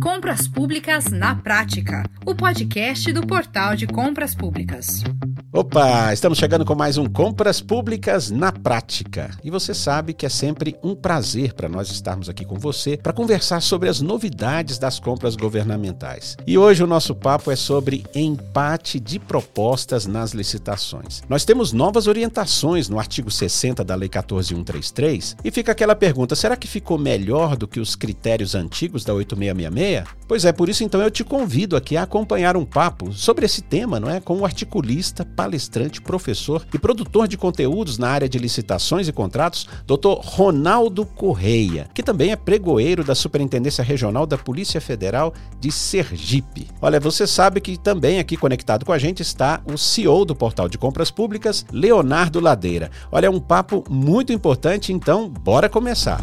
Compras Públicas na Prática, o podcast do Portal de Compras Públicas. Opa, estamos chegando com mais um Compras Públicas na Prática. E você sabe que é sempre um prazer para nós estarmos aqui com você para conversar sobre as novidades das compras governamentais. E hoje o nosso papo é sobre empate de propostas nas licitações. Nós temos novas orientações no artigo 60 da Lei 14.133 e fica aquela pergunta, será que ficou melhor do que os critérios antigos da 8666? Pois é, por isso então eu te convido aqui a acompanhar um papo sobre esse tema, não é? Com o articulista, palestrante, professor e produtor de conteúdos na área de licitações e contratos, Dr. Ronaldo Correia, que também é pregoeiro da Superintendência Regional da Polícia Federal de Sergipe. Olha, você sabe que também aqui conectado com a gente está o CEO do Portal de Compras Públicas, Leonardo Ladeira. Olha, é um papo muito importante, então bora começar.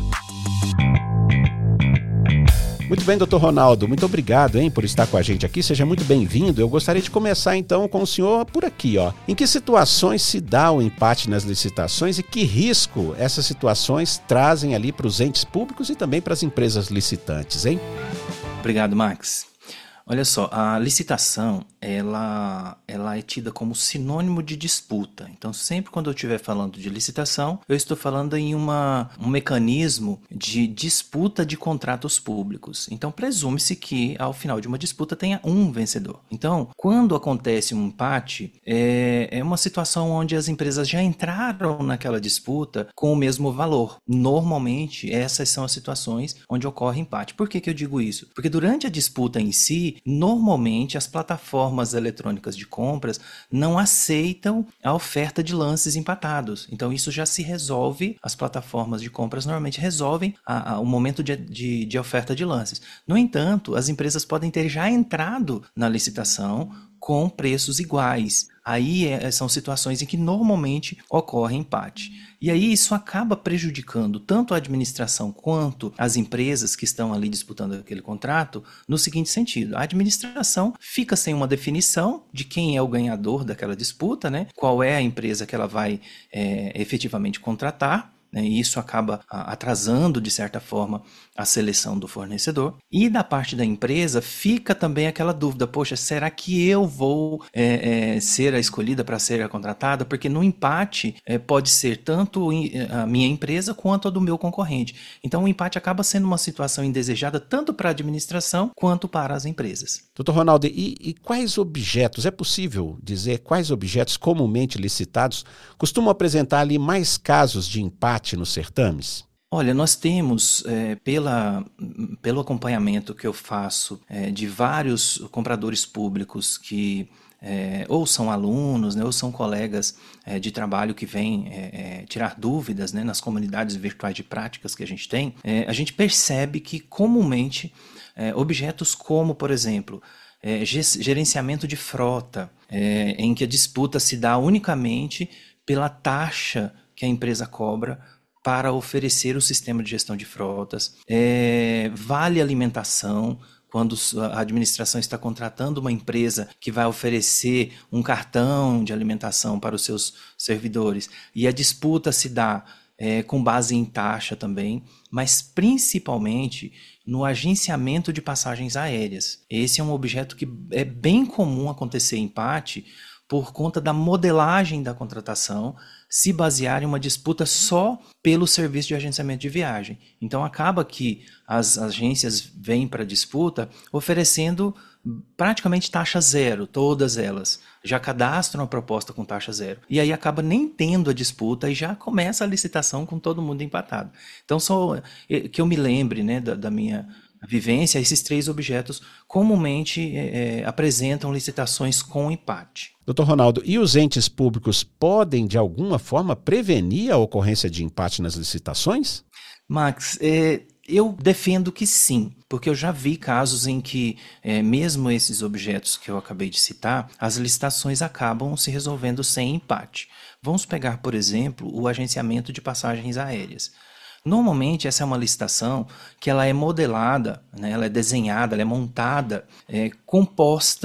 Muito bem, doutor Ronaldo, muito obrigado, por estar com a gente aqui, seja muito bem-vindo. Eu gostaria de começar então com o senhor por aqui, Em que situações se dá o empate nas licitações e que risco essas situações trazem ali para os entes públicos e também para as empresas licitantes, hein? Obrigado, Max. Olha só, a licitação, ela é tida como sinônimo de disputa. Então, sempre quando eu estiver falando de licitação, eu estou falando em um mecanismo de disputa de contratos públicos. Então, presume-se que, ao final de uma disputa, tenha um vencedor. Então, quando acontece um empate, é uma situação onde as empresas já entraram naquela disputa com o mesmo valor. Normalmente, essas são as situações onde ocorre empate. Por que eu digo isso? Porque durante a disputa em si, normalmente as plataformas eletrônicas de compras não aceitam a oferta de lances empatados. Então isso já se resolve, as plataformas de compras normalmente resolvem o momento de oferta de lances. No entanto, as empresas podem ter já entrado na licitação com preços iguais. Aí são situações em que normalmente ocorre empate. E aí isso acaba prejudicando tanto a administração quanto as empresas que estão ali disputando aquele contrato no seguinte sentido. A administração fica sem uma definição de quem é o ganhador daquela disputa, né? Qual é a empresa que ela vai efetivamente contratar. E isso acaba atrasando, de certa forma, a seleção do fornecedor. E da parte da empresa fica também aquela dúvida, poxa, será que eu vou ser a escolhida para ser a contratada? Porque no empate pode ser tanto a minha empresa quanto a do meu concorrente. Então o empate acaba sendo uma situação indesejada tanto para a administração quanto para as empresas. Doutor Ronaldo, e quais objetos, é possível dizer quais objetos comumente licitados costumam apresentar ali mais casos de empate nos certames? Olha, nós temos, pelo acompanhamento que eu faço de vários compradores públicos que ou são alunos, né, ou são colegas de trabalho que vêm tirar dúvidas, né, nas comunidades virtuais de práticas que a gente tem, a gente percebe que comumente objetos como, por exemplo, gerenciamento de frota, em que a disputa se dá unicamente pela taxa que a empresa cobra para oferecer o sistema de gestão de frotas, vale alimentação, quando a administração está contratando uma empresa que vai oferecer um cartão de alimentação para os seus servidores, e a disputa se dá com base em taxa também, mas principalmente no agenciamento de passagens aéreas. Esse é um objeto que é bem comum acontecer empate por conta da modelagem da contratação se basear em uma disputa só pelo serviço de agenciamento de viagem. Então acaba que as agências vêm para a disputa oferecendo praticamente taxa zero, todas elas. Já cadastram a proposta com taxa zero. E aí acaba nem tendo a disputa e já começa a licitação com todo mundo empatado. Então só que eu me lembre, né, da minha vivência, esses três objetos comumente apresentam licitações com empate. Doutor Ronaldo, e os entes públicos podem, de alguma forma, prevenir a ocorrência de empate nas licitações? Max, eu defendo que sim, porque eu já vi casos em que, mesmo esses objetos que eu acabei de citar, as licitações acabam se resolvendo sem empate. Vamos pegar, por exemplo, o agenciamento de passagens aéreas. Normalmente essa é uma licitação que ela é modelada, né, ela é desenhada, ela é montada, composta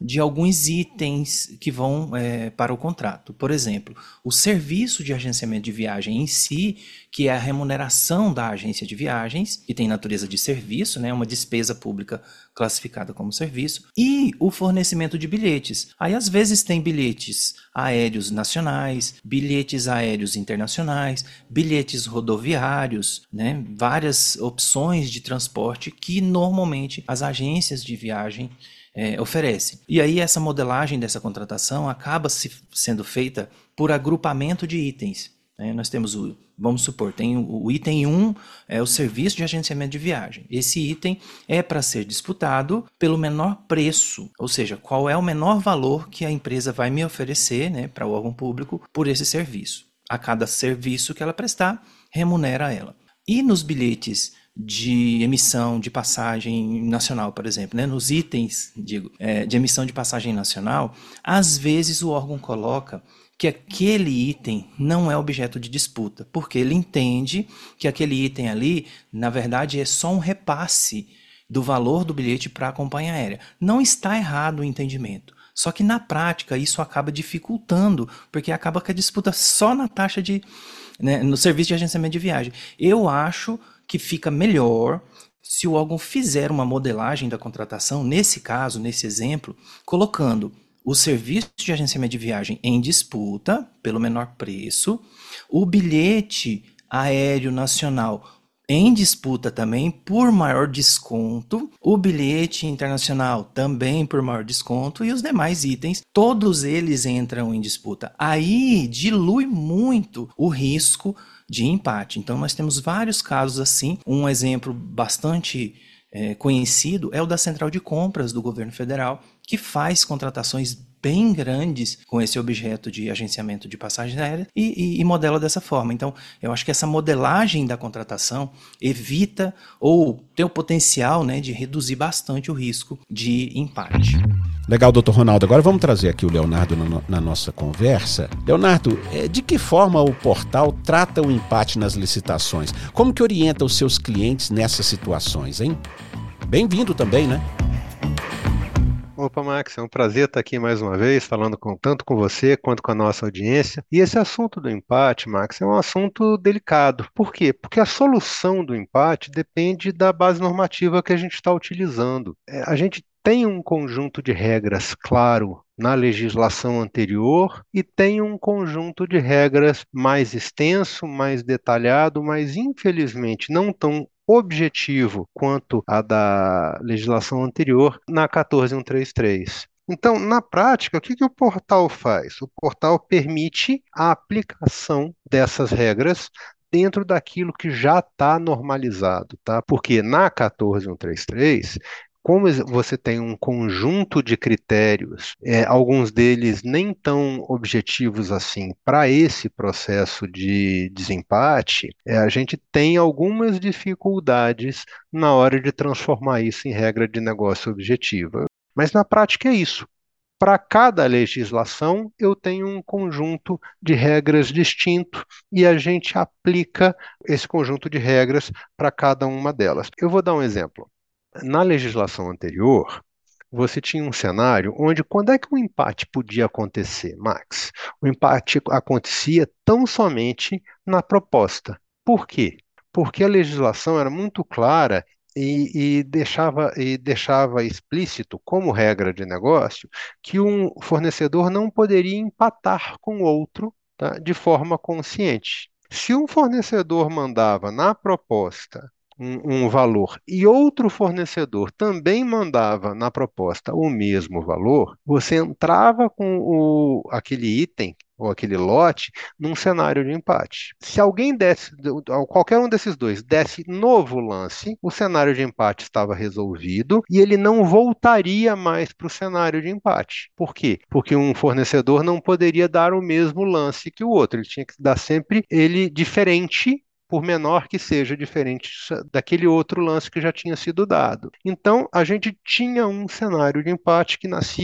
de alguns itens que vão para o contrato. Por exemplo, o serviço de agenciamento de viagem em si, que é a remuneração da agência de viagens, que tem natureza de serviço, né, uma despesa pública classificada como serviço, e o fornecimento de bilhetes. Aí às vezes tem bilhetes aéreos nacionais, bilhetes aéreos internacionais, bilhetes rodoviários, né, várias opções de transporte que normalmente as agências de viagem oferecem. E aí essa modelagem dessa contratação acaba sendo feita por agrupamento de itens. Nós temos vamos supor, tem o item 1, é o serviço de agenciamento de viagem. Esse item é para ser disputado pelo menor preço, ou seja, qual é o menor valor que a empresa vai me oferecer, né, para o órgão público por esse serviço. A cada serviço que ela prestar, remunera ela. E nos bilhetes de emissão de passagem nacional, por exemplo, né? Nos itens, de emissão de passagem nacional, às vezes o órgão coloca que aquele item não é objeto de disputa, porque ele entende que aquele item ali, na verdade, é só um repasse do valor do bilhete para a companhia aérea. Não está errado o entendimento. Só que na prática isso acaba dificultando, porque acaba com a disputa só na taxa no serviço de agenciamento de viagem. Eu acho que fica melhor se o órgão fizer uma modelagem da contratação, nesse caso, nesse exemplo, colocando o serviço de agenciamento de viagem em disputa, pelo menor preço, o bilhete aéreo nacional em disputa também por maior desconto, o bilhete internacional também por maior desconto e os demais itens, todos eles entram em disputa. Aí dilui muito o risco de empate. Então nós temos vários casos assim. Um exemplo bastante conhecido é o da Central de Compras do governo federal, que faz contratações bem grandes com esse objeto de agenciamento de passagens aéreas e modela dessa forma. Então, eu acho que essa modelagem da contratação evita ou tem o potencial, né, de reduzir bastante o risco de empate. Legal, doutor Ronaldo. Agora vamos trazer aqui o Leonardo na nossa conversa. Leonardo, de que forma o portal trata o empate nas licitações? Como que orienta os seus clientes nessas situações, hein? Bem-vindo também, né? Opa, Max, é um prazer estar aqui mais uma vez, falando tanto com você quanto com a nossa audiência. E esse assunto do empate, Max, é um assunto delicado. Por quê? Porque a solução do empate depende da base normativa que a gente está utilizando. A gente tem um conjunto de regras claro na legislação anterior e tem um conjunto de regras mais extenso, mais detalhado, mas infelizmente não tão objetivo quanto a da legislação anterior na 14133. Então, na prática, o que o portal faz? O portal permite a aplicação dessas regras dentro daquilo que já está normalizado, tá? Porque na 14133 como você tem um conjunto de critérios, alguns deles nem tão objetivos assim, para esse processo de desempate, a gente tem algumas dificuldades na hora de transformar isso em regra de negócio objetiva. Mas na prática é isso. Para cada legislação, eu tenho um conjunto de regras distinto e a gente aplica esse conjunto de regras para cada uma delas. Eu vou dar um exemplo. Na legislação anterior, você tinha um cenário onde quando é que o empate podia acontecer, Max? O empate acontecia tão somente na proposta. Por quê? Porque a legislação era muito clara e deixava explícito, como regra de negócio, que um fornecedor não poderia empatar com o outro, tá, de forma consciente. Se um fornecedor mandava na proposta um valor e outro fornecedor também mandava na proposta o mesmo valor, você entrava com aquele item ou aquele lote num cenário de empate. Se alguém desse, qualquer um desses dois desse novo lance, o cenário de empate estava resolvido e ele não voltaria mais para o cenário de empate. Por quê? Porque um fornecedor não poderia dar o mesmo lance que o outro, ele tinha que dar sempre ele diferente, por menor que seja, diferente daquele outro lance que já tinha sido dado. Então, a gente tinha um cenário de empate que nascia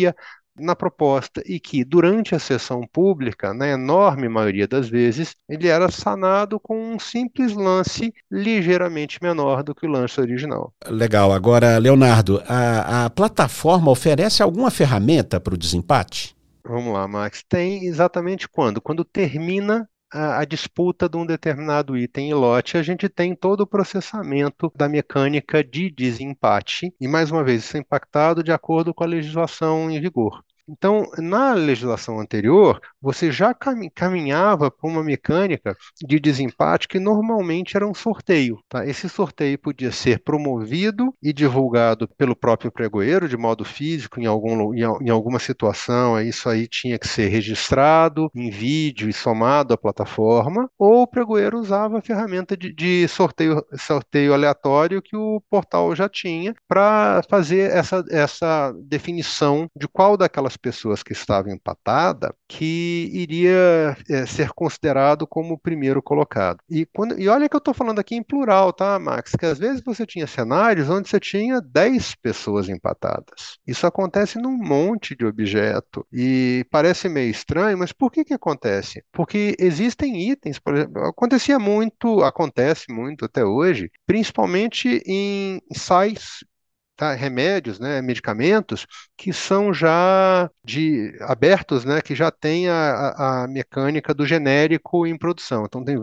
na proposta e que, durante a sessão pública, na enorme maioria das vezes, ele era sanado com um simples lance ligeiramente menor do que o lance original. Legal. Agora, Leonardo, a plataforma oferece alguma ferramenta para o desempate? Vamos lá, Max. Tem exatamente quando? Quando termina a disputa de um determinado item e lote, a gente tem todo o processamento da mecânica de desempate, e mais uma vez, isso é impactado de acordo com a legislação em vigor. Então, na legislação anterior, você já caminhava para uma mecânica de desempate que normalmente era um sorteio, tá? Esse sorteio podia ser promovido e divulgado pelo próprio pregoeiro de modo físico em alguma situação, isso aí tinha que ser registrado em vídeo e somado à plataforma, ou o pregoeiro usava a ferramenta de sorteio aleatório que o portal já tinha para fazer essa definição de qual daquelas pessoas que estavam empatada que iria ser considerado como o primeiro colocado. E olha que eu estou falando aqui em plural, tá, Max? Que às vezes você tinha cenários onde você tinha 10 pessoas empatadas. Isso acontece num monte de objeto e parece meio estranho, mas por que acontece? Porque existem itens, por exemplo, acontece muito até hoje, principalmente em sais, tá, remédios, né, medicamentos que são já abertos, né, que já tem a mecânica do genérico em produção. Então tem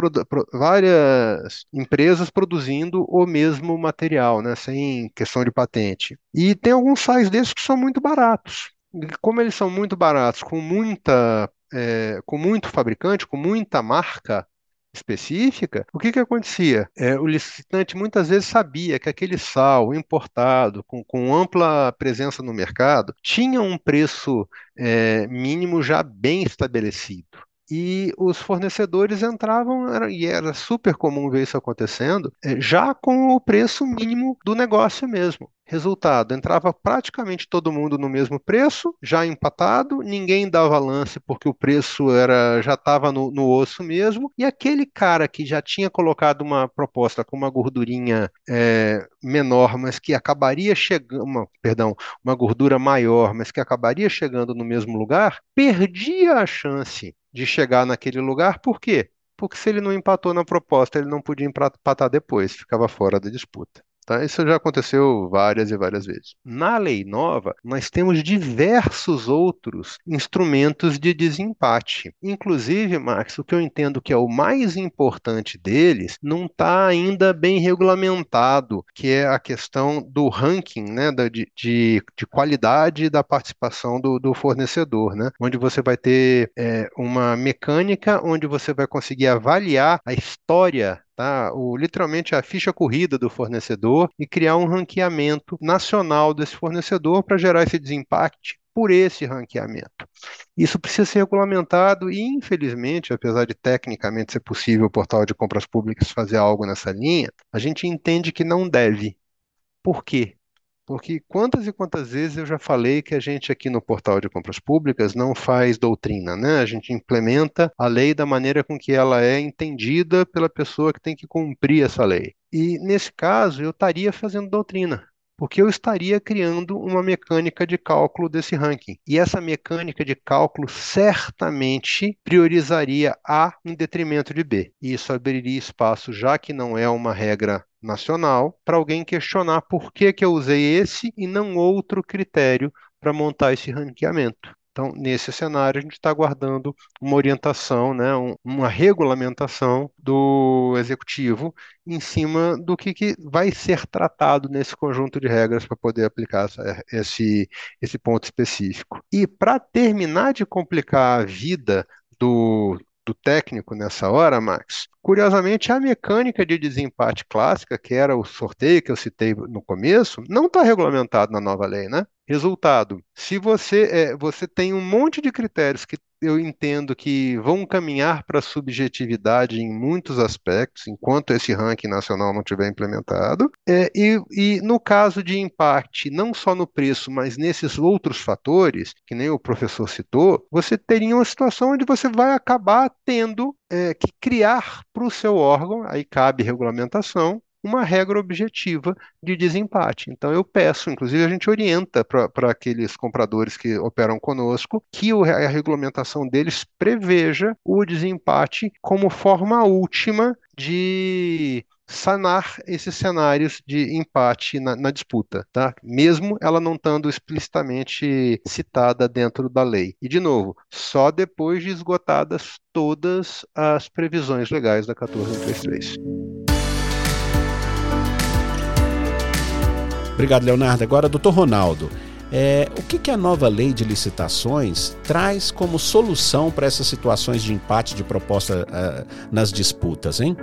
várias empresas produzindo o mesmo material, né, sem questão de patente. E tem alguns sais desses que são muito baratos. E como eles são muito baratos, com muito fabricante, com muita marca específica, o que acontecia? O licitante muitas vezes sabia que aquele sal importado, com ampla presença no mercado, tinha um preço mínimo já bem estabelecido. E os fornecedores entravam, e era super comum ver isso acontecendo, já com o preço mínimo do negócio mesmo. Resultado, entrava praticamente todo mundo no mesmo preço, já empatado, ninguém dava lance porque o preço já estava no osso mesmo, e aquele cara que já tinha colocado uma proposta com uma gordurinha menor, mas que acabaria chegando, uma gordura maior, mas que acabaria chegando no mesmo lugar, perdia a chance de chegar naquele lugar. Por quê? Porque se ele não empatou na proposta, ele não podia empatar depois, ficava fora da disputa. Tá? Isso já aconteceu várias e várias vezes. Na lei nova, nós temos diversos outros instrumentos de desempate. Inclusive, Max, o que eu entendo que é o mais importante deles não está ainda bem regulamentado, que é a questão do ranking, né, de qualidade da participação do fornecedor, né? Onde você vai ter uma mecânica onde você vai conseguir avaliar a história, tá? Literalmente a ficha corrida do fornecedor e criar um ranqueamento nacional desse fornecedor para gerar esse desempate por esse ranqueamento. Isso precisa ser regulamentado e, infelizmente, apesar de tecnicamente ser possível o portal de compras públicas fazer algo nessa linha, a gente entende que não deve. Por quê? Porque quantas e quantas vezes eu já falei que a gente aqui no portal de compras públicas não faz doutrina, né? A gente implementa a lei da maneira com que ela é entendida pela pessoa que tem que cumprir essa lei. E nesse caso eu estaria fazendo doutrina, porque eu estaria criando uma mecânica de cálculo desse ranking. E essa mecânica de cálculo certamente priorizaria A em detrimento de B. E isso abriria espaço, já que não é uma regra nacional, para alguém questionar por que eu usei esse e não outro critério para montar esse ranqueamento. Então, nesse cenário, a gente está aguardando uma orientação, né, uma regulamentação do executivo em cima do que vai ser tratado nesse conjunto de regras para poder aplicar esse ponto específico. E para terminar de complicar a vida do técnico nessa hora, Max, curiosamente, a mecânica de desempate clássica, que era o sorteio que eu citei no começo, não está regulamentado na nova lei, né? Resultado, se você tem um monte de critérios que eu entendo que vão caminhar para a subjetividade em muitos aspectos, enquanto esse ranking nacional não tiver implementado, e no caso de empate, não só no preço, mas nesses outros fatores, que nem o professor citou, você teria uma situação onde você vai acabar tendo que criar para o seu órgão, aí cabe regulamentação, uma regra objetiva de desempate. Então, eu peço, inclusive, a gente orienta para aqueles compradores que operam conosco que a regulamentação deles preveja o desempate como forma última de sanar esses cenários de empate na disputa, tá? Mesmo ela não estando explicitamente citada dentro da lei. E, de novo, só depois de esgotadas todas as previsões legais da 14133. Obrigado, Leonardo. Agora, doutor Ronaldo, o que a nova lei de licitações traz como solução para essas situações de empate de proposta nas disputas, hein?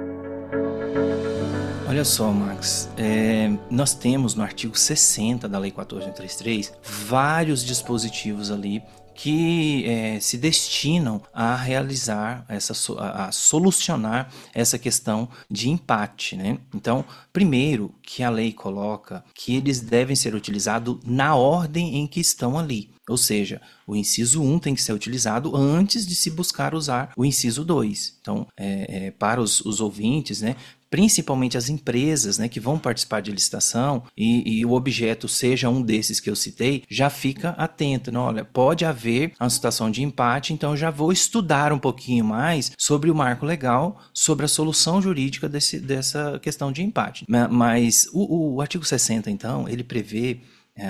Olha só, Max, nós temos no artigo 60 da Lei 14.133 vários dispositivos ali que se destinam a realizar, a solucionar essa questão de empate, né? Então, primeiro que a lei coloca que eles devem ser utilizados na ordem em que estão ali. Ou seja, o inciso 1 tem que ser utilizado antes de se buscar usar o inciso 2. Então, para os ouvintes, né, principalmente as empresas, né, que vão participar de licitação e o objeto seja um desses que eu citei, já fica atento. Não, olha, pode haver uma situação de empate, então eu já vou estudar um pouquinho mais sobre o marco legal, sobre a solução jurídica dessa questão de empate. Mas o artigo 60, então, ele prevê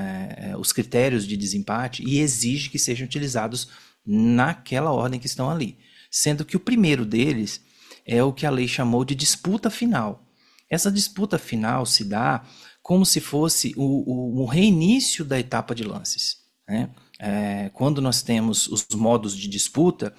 os critérios de desempate e exige que sejam utilizados naquela ordem que estão ali. Sendo que o primeiro deles é o que a lei chamou de disputa final. Essa disputa final se dá como se fosse o reinício da etapa de lances, né? Quando nós temos os modos de disputa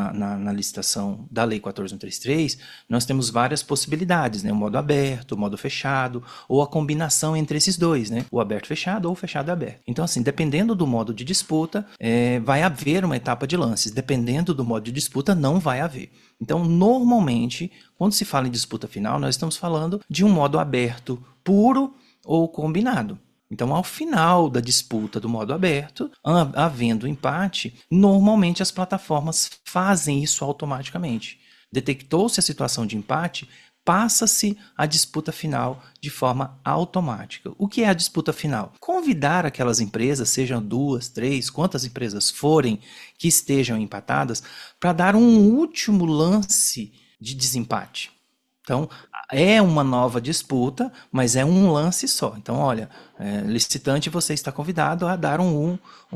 na licitação da Lei 14.133, nós temos várias possibilidades, né? O modo aberto, o modo fechado, ou a combinação entre esses dois, né? O aberto-fechado ou o fechado-aberto. Então, assim, dependendo do modo de disputa, vai haver uma etapa de lances. Dependendo do modo de disputa, não vai haver. Então, normalmente, quando se fala em disputa final, nós estamos falando de um modo aberto puro ou combinado. Então, ao final da disputa do modo aberto, havendo empate, normalmente as plataformas fazem isso automaticamente. Detectou-se a situação de empate, passa-se a disputa final de forma automática. O que é a disputa final? Convidar aquelas empresas, sejam 2, 3, quantas empresas forem que estejam empatadas, para dar um último lance de desempate. Então, é uma nova disputa, mas é um lance só. Então, olha, licitante, você está convidado a dar um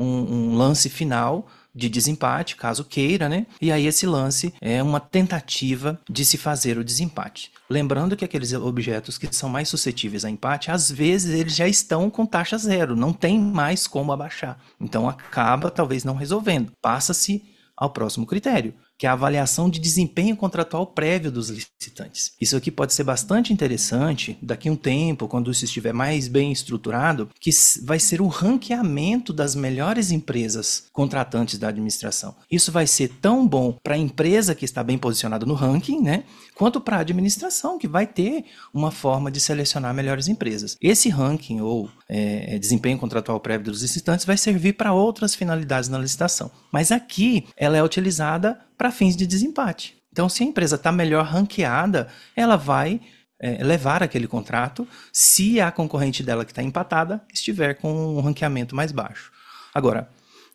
lance final de desempate, caso queira, né? E aí esse lance é uma tentativa de se fazer o desempate. Lembrando que aqueles objetos que são mais suscetíveis a empate, às vezes eles já estão com taxa zero, não tem mais como abaixar. Então, acaba talvez não resolvendo. Passa-se ao próximo critério, que é a avaliação de desempenho contratual prévio dos licitantes. Isso aqui pode ser bastante interessante daqui a um tempo, quando isso estiver mais bem estruturado, que vai ser o ranqueamento das melhores empresas contratantes da administração. Isso vai ser tão bom para a empresa que está bem posicionada no ranking, né, quanto para a administração, que vai ter uma forma de selecionar melhores empresas. Esse ranking, ou desempenho contratual prévio dos licitantes, vai servir para outras finalidades na licitação. Mas aqui, ela é utilizada para fins de desempate. Então, se a empresa está melhor ranqueada, ela vai levar aquele contrato se a concorrente dela que está empatada estiver com um ranqueamento mais baixo. Agora,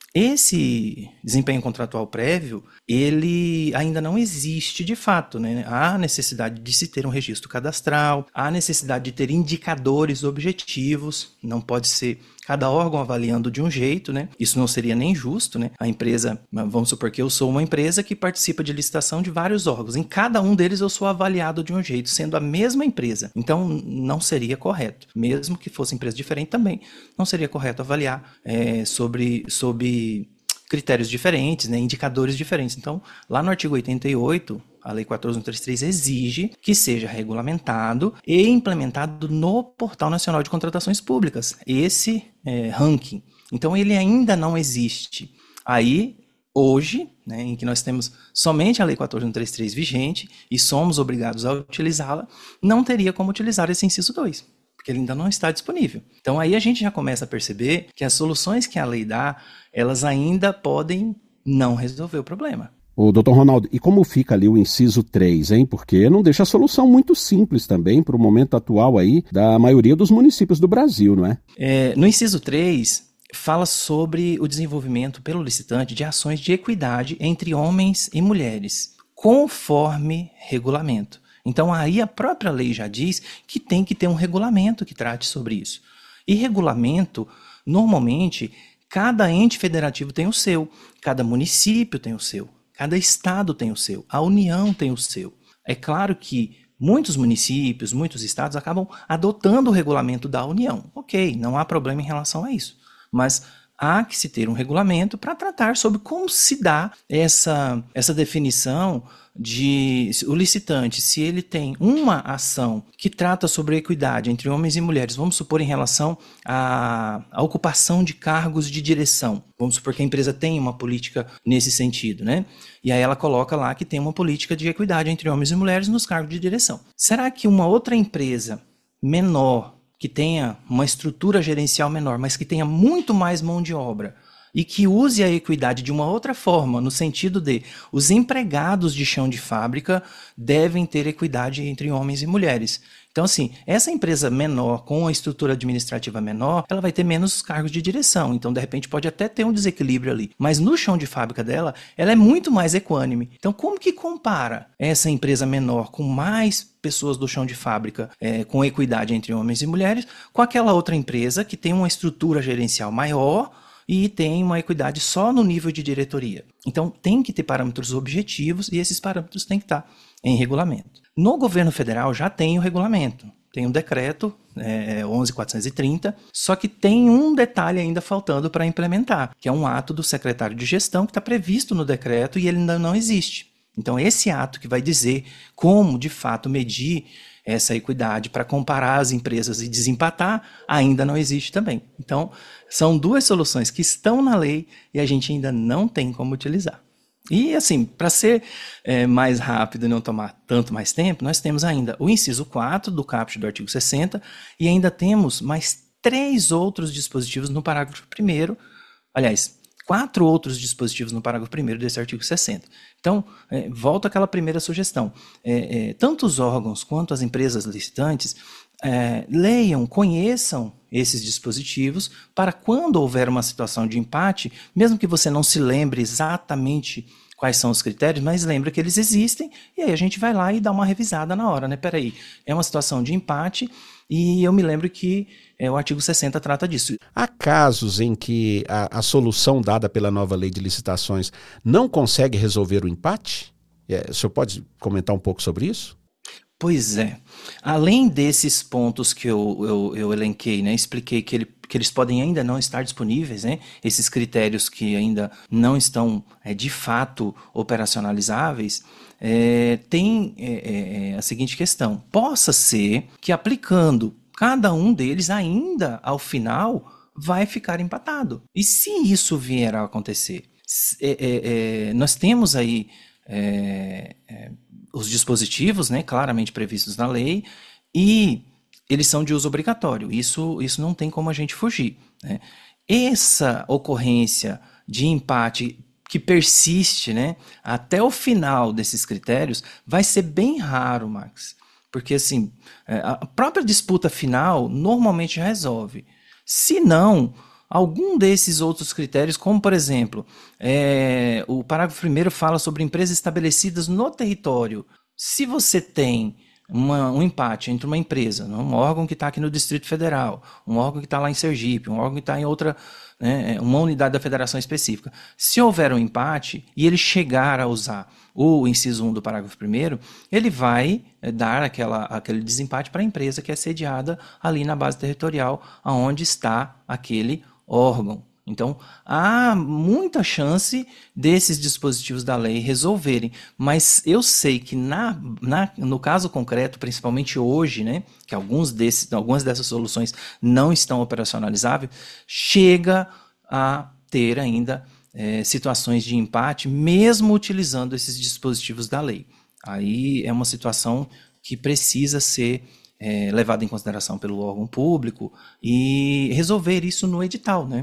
esse desempenho contratual prévio, ele ainda não existe de fato, né? Há necessidade de se ter um registro cadastral, há necessidade de ter indicadores objetivos, não pode ser cada órgão avaliando de um jeito, né? Isso não seria nem justo, né? A empresa, vamos supor que eu sou uma empresa que participa de licitação de vários órgãos, em cada um deles eu sou avaliado de um jeito, sendo a mesma empresa. Então, não seria correto. Mesmo que fosse empresa diferente também, não seria correto avaliar sobre critérios diferentes, né? Indicadores diferentes. Então, lá no artigo 88, a Lei 14.133 exige que seja regulamentado e implementado no Portal Nacional de Contratações Públicas, esse ranking. Então, ele ainda não existe. Aí, hoje, né, em que nós temos somente a Lei 14.133 vigente e somos obrigados a utilizá-la, não teria como utilizar esse inciso 2. Porque ele ainda não está disponível. Então, aí a gente já começa a perceber que as soluções que a lei dá, elas ainda podem não resolver o problema. Ô, doutor Ronaldo, e como fica ali o inciso 3, hein? Porque não deixa a solução muito simples também para o momento atual aí da maioria dos municípios do Brasil, não é? No inciso 3, fala sobre o desenvolvimento pelo licitante de ações de equidade entre homens e mulheres, conforme regulamento. Então aí a própria lei já diz que tem que ter um regulamento que trate sobre isso. E regulamento, normalmente, cada ente federativo tem o seu, cada município tem o seu, cada estado tem o seu, a União tem o seu. É claro que muitos municípios, muitos estados acabam adotando o regulamento da União. Ok, não há problema em relação a isso. Mas há que se ter um regulamento para tratar sobre como se dá essa definição de o licitante, se ele tem uma ação que trata sobre a equidade entre homens e mulheres, vamos supor em relação à ocupação de cargos de direção, vamos supor que a empresa tem uma política nesse sentido, né? E aí ela coloca lá que tem uma política de equidade entre homens e mulheres nos cargos de direção. Será que uma outra empresa menor, que tenha uma estrutura gerencial menor, mas que tenha muito mais mão de obra e que use a equidade de uma outra forma, no sentido de os empregados de chão de fábrica devem ter equidade entre homens e mulheres. Então, assim, essa empresa menor, com a estrutura administrativa menor, ela vai ter menos cargos de direção. Então, de repente, pode até ter um desequilíbrio ali. Mas no chão de fábrica dela, ela é muito mais equânime. Então, como que compara essa empresa menor com mais pessoas do chão de fábrica com equidade entre homens e mulheres com aquela outra empresa que tem uma estrutura gerencial maior e tem uma equidade só no nível de diretoria? Então, tem que ter parâmetros objetivos e esses parâmetros têm que estar em regulamento. No governo federal já tem o regulamento, tem um decreto 11.430, só que tem um detalhe ainda faltando para implementar, que é um ato do secretário de gestão que está previsto no decreto e ele ainda não existe. Então, esse ato que vai dizer como, de fato, medir essa equidade para comparar as empresas e desempatar, ainda não existe também. Então, são duas soluções que estão na lei e a gente ainda não tem como utilizar. E, assim, para ser mais rápido e não tomar tanto mais tempo, nós temos ainda o inciso 4 do caput do artigo 60 e ainda temos mais 3 outros dispositivos no parágrafo 1º, aliás, 4 outros dispositivos no parágrafo 1º desse artigo 60. Então, volta àquela primeira sugestão. Tanto os órgãos quanto as empresas licitantes leiam, conheçam esses dispositivos para quando houver uma situação de empate, mesmo que você não se lembre exatamente quais são os critérios, mas lembra que eles existem e aí a gente vai lá e dá uma revisada na hora, né? Peraí, é uma situação de empate e eu me lembro que o artigo 60 trata disso. Há casos em que a solução dada pela nova lei de licitações não consegue resolver o empate? O senhor pode comentar um pouco sobre isso? Pois é. Além desses pontos que eu elenquei, né, expliquei que eles podem ainda não estar disponíveis, né, esses critérios que ainda não estão de fato operacionalizáveis, tem a seguinte questão. Possa ser que aplicando cada um deles ainda ao final vai ficar empatado. E se isso vier a acontecer? Nós temos aí os dispositivos, né, claramente previstos na lei, e eles são de uso obrigatório. Isso não tem como a gente fugir, né? Essa ocorrência de empate que persiste, né, até o final desses critérios vai ser bem raro, Max. Porque assim, a própria disputa final normalmente resolve. Se não, algum desses outros critérios, como por exemplo, o parágrafo 1º fala sobre empresas estabelecidas no território. Se você tem um empate entre uma empresa, um órgão que está aqui no Distrito Federal, um órgão que está lá em Sergipe, um órgão que está em outra, né, uma unidade da federação específica, se houver um empate e ele chegar a usar o inciso 1 do parágrafo 1º, ele vai dar aquele desempate para a empresa que é sediada ali na base territorial, onde está aquele órgão. Então, há muita chance desses dispositivos da lei resolverem, mas eu sei que no caso concreto, principalmente hoje, né, que algumas dessas soluções não estão operacionalizáveis, chega a ter ainda situações de empate, mesmo utilizando esses dispositivos da lei. Aí é uma situação que precisa ser levada em consideração pelo órgão público e resolver isso no edital, né?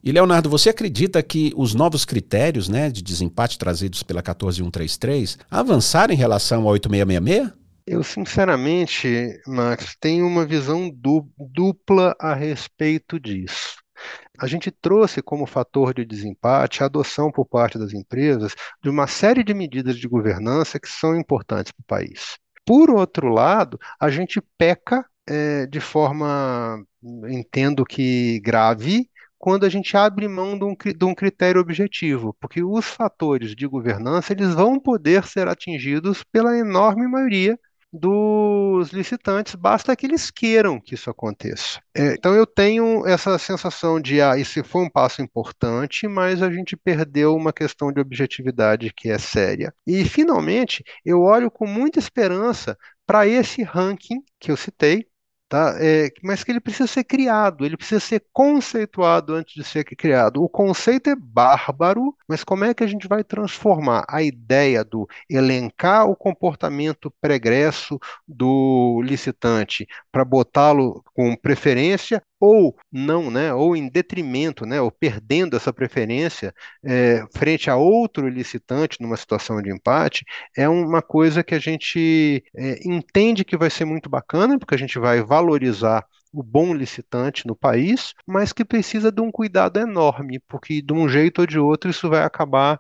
E, Leonardo, você acredita que os novos critérios, né, de desempate trazidos pela 14133 avançaram em relação ao 8666? Eu, sinceramente, Max, tenho uma visão dupla a respeito disso. A gente trouxe como fator de desempate a adoção por parte das empresas de uma série de medidas de governança que são importantes para o país. Por outro lado, a gente peca de forma, entendo que grave, quando a gente abre mão de um critério objetivo, porque os fatores de governança eles vão poder ser atingidos pela enorme maioria dos licitantes, basta que eles queiram que isso aconteça. Então eu tenho essa sensação de, isso foi um passo importante, mas a gente perdeu uma questão de objetividade que é séria. E, finalmente, eu olho com muita esperança para esse ranking que eu citei, tá? Mas que ele precisa ser criado, ele precisa ser conceituado antes de ser criado. O conceito é bárbaro, mas como é que a gente vai transformar a ideia do elencar o comportamento pregresso do licitante para botá-lo com preferência ou não, né? Ou em detrimento, né? Ou perdendo essa preferência frente a outro licitante numa situação de empate, é uma coisa que a gente entende que vai ser muito bacana, porque a gente vai valorizar o bom licitante no país, mas que precisa de um cuidado enorme, porque de um jeito ou de outro isso vai acabar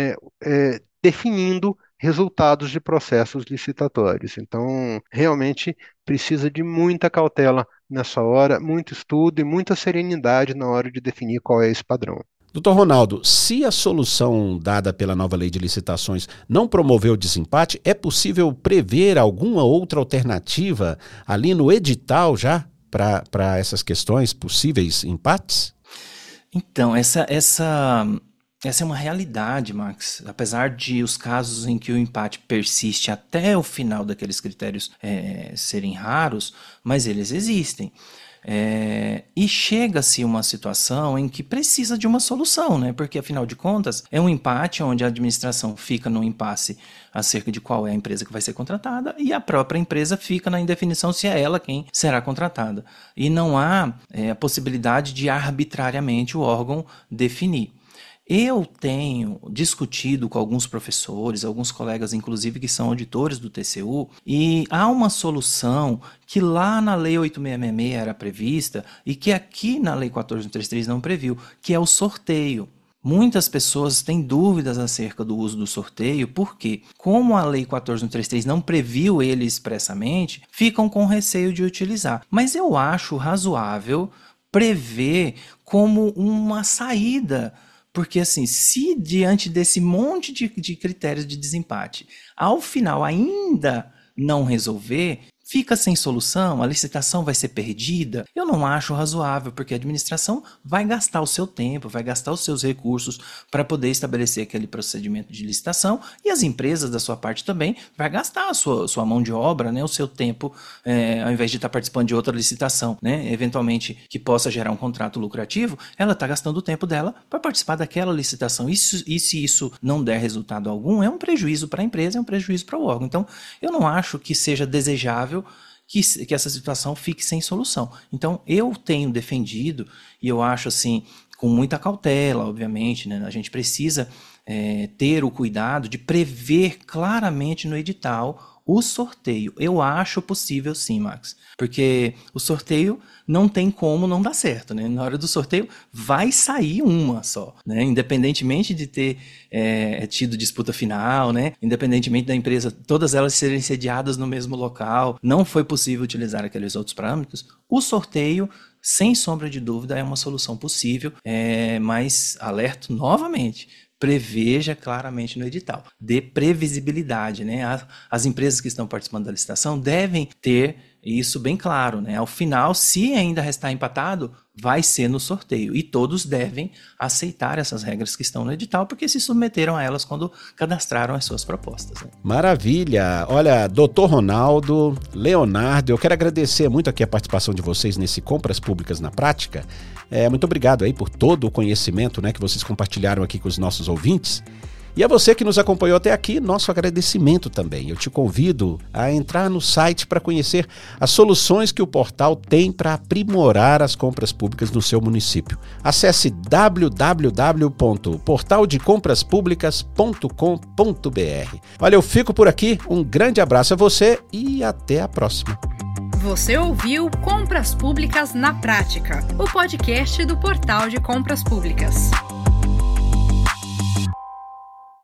definindo resultados de processos licitatórios. Então, realmente precisa de muita cautela nessa hora, muito estudo e muita serenidade na hora de definir qual é esse padrão. Doutor Ronaldo, se a solução dada pela nova lei de licitações não promover o desempate, é possível prever alguma outra alternativa ali no edital já para essas questões, possíveis empates? Então, essa é uma realidade, Max. Apesar de os casos em que o empate persiste até o final daqueles critérios serem raros, mas eles existem. E chega-se uma situação em que precisa de uma solução, né? Porque, afinal de contas, é um empate onde a administração fica no impasse acerca de qual é a empresa que vai ser contratada e a própria empresa fica na indefinição se é ela quem será contratada. E não há a possibilidade de arbitrariamente o órgão definir. Eu tenho discutido com alguns professores, alguns colegas inclusive que são auditores do TCU, e há uma solução que lá na Lei 8666 era prevista e que aqui na Lei 14133 não previu, que é o sorteio. Muitas pessoas têm dúvidas acerca do uso do sorteio, porque, como a Lei 14133 não previu ele expressamente, ficam com receio de utilizar. Mas eu acho razoável prever como uma saída. Porque, assim, se diante desse monte de critérios de desempate, ao final ainda não resolver, fica sem solução, a licitação vai ser perdida, eu não acho razoável, porque a administração vai gastar o seu tempo, vai gastar os seus recursos para poder estabelecer aquele procedimento de licitação, e as empresas, da sua parte também, vai gastar a sua mão de obra, né, o seu tempo, ao invés de estar participando de outra licitação, né, eventualmente que possa gerar um contrato lucrativo, ela está gastando o tempo dela para participar daquela licitação, e se isso não der resultado algum, é um prejuízo para a empresa, é um prejuízo para o órgão. Então, eu não acho que seja desejável que essa situação fique sem solução. Então, eu tenho defendido, e eu acho assim, com muita cautela, obviamente, né? A gente precisa ter o cuidado de prever claramente no edital o sorteio. Eu acho possível sim, Max, porque o sorteio não tem como não dar certo, né? Na hora do sorteio vai sair uma só, né? Independentemente de ter tido disputa final, né? Independentemente da empresa, todas elas serem sediadas no mesmo local, não foi possível utilizar aqueles outros parâmetros, o sorteio, sem sombra de dúvida, é uma solução possível, mas alerto novamente, preveja claramente no edital, dê previsibilidade, né? As empresas que estão participando da licitação devem ter isso bem claro, né? Ao final, se ainda restar empatado, vai ser no sorteio e todos devem aceitar essas regras que estão no edital porque se submeteram a elas quando cadastraram as suas propostas, né? Maravilha! Olha, doutor Ronaldo, Leonardo, eu quero agradecer muito aqui a participação de vocês nesse Compras Públicas na Prática. Muito obrigado aí por todo o conhecimento, né, que vocês compartilharam aqui com os nossos ouvintes. E a você que nos acompanhou até aqui, nosso agradecimento também. Eu te convido a entrar no site para conhecer as soluções que o portal tem para aprimorar as compras públicas no seu município. Acesse www.portaldecompraspublicas.com.br. Olha, eu fico por aqui, um grande abraço a você e até a próxima. Você ouviu Compras Públicas na Prática, o podcast do Portal de Compras Públicas.